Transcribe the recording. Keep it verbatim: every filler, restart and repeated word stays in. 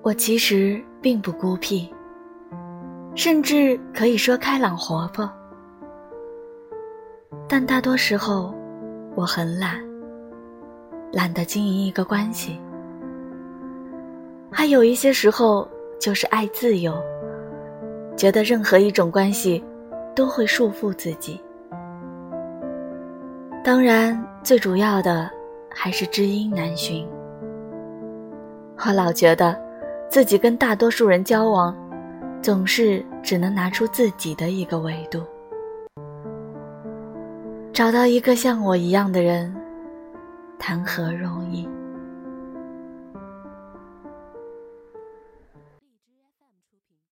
我其实并不孤僻，甚至可以说开朗活泼，但大多时候我很懒，懒得经营一个关系。还有一些时候就是爱自由，觉得任何一种关系都会束缚自己。当然最主要的还是知音难寻。我老觉得自己跟大多数人交往，总是只能拿出自己的一个维度。找到一个像我一样的人，谈何容易。